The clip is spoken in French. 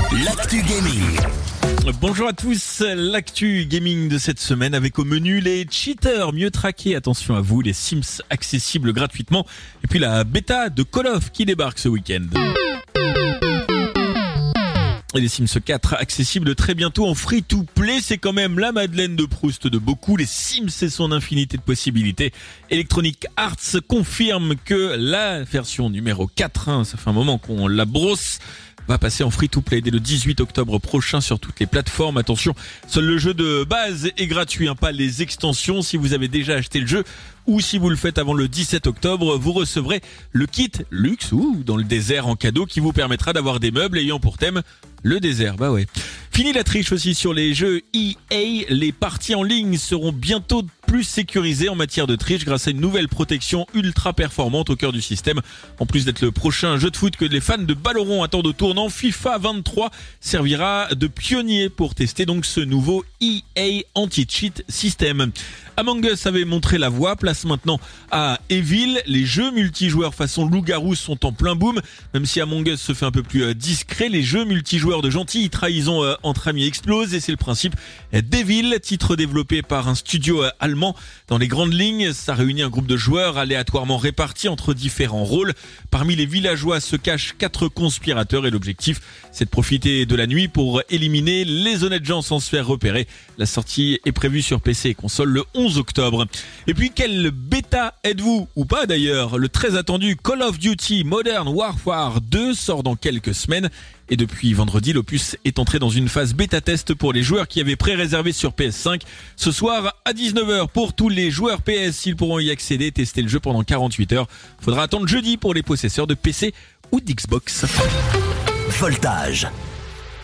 l'actu gaming. Bonjour à tous, l'actu gaming de cette semaine avec au menu les cheaters mieux traqués, attention à vous, les Sims accessibles gratuitement et puis la bêta de Call of qui débarque ce week-end. Et les Sims 4 accessibles très bientôt en free-to-play, c'est quand même la Madeleine de Proust de beaucoup. Les Sims et son infinité de possibilités. Electronic Arts confirme que la version numéro 4, ça fait un moment qu'on la brosse, va passer en free-to-play dès le 18 octobre prochain sur toutes les plateformes. Attention, seul le jeu de base est gratuit, pas les extensions. Si vous avez déjà acheté le jeu ou si vous le faites avant le 17 octobre, vous recevrez le kit luxe ou dans le désert en cadeau qui vous permettra d'avoir des meubles ayant pour thème le désert. Bah ouais. Fini la triche aussi sur les jeux EA. Les parties en ligne seront bientôt plus sécurisées en matière de triche grâce à une nouvelle protection ultra performante au cœur du système. En plus d'être le prochain jeu de foot que les fans de ballon rond attendent au tournant, FIFA 23 servira de pionnier pour tester donc ce nouveau EA Anti-Cheat System. Among Us avait montré la voie, place maintenant à Evil. Les jeux multijoueurs façon loup-garou sont en plein boom. Même si Among Us se fait un peu plus discret, les jeux multijoueurs de gentilles trahisons entre amis explosent et c'est le principe d'Evil, titre développé par un studio allemand. Dans les grandes lignes, ça réunit un groupe de joueurs aléatoirement répartis entre différents rôles. Parmi les villageois se cachent 4 conspirateurs et l'objectif, c'est de profiter de la nuit pour éliminer les honnêtes gens sans se faire repérer. La sortie est prévue sur PC et console le 11 octobre. Et puis quelle bêta êtes-vous ou pas d'ailleurs? Le très attendu Call of Duty Modern Warfare 2 sort dans quelques semaines et depuis vendredi l'opus est entré dans une phase bêta test pour les joueurs qui avaient pré-réservé sur PS5. Ce soir à 19h pour tous les joueurs PS, ils pourront y accéder et tester le jeu pendant 48 heures. Faudra attendre jeudi pour les possesseurs de PC ou d'Xbox. Voltage.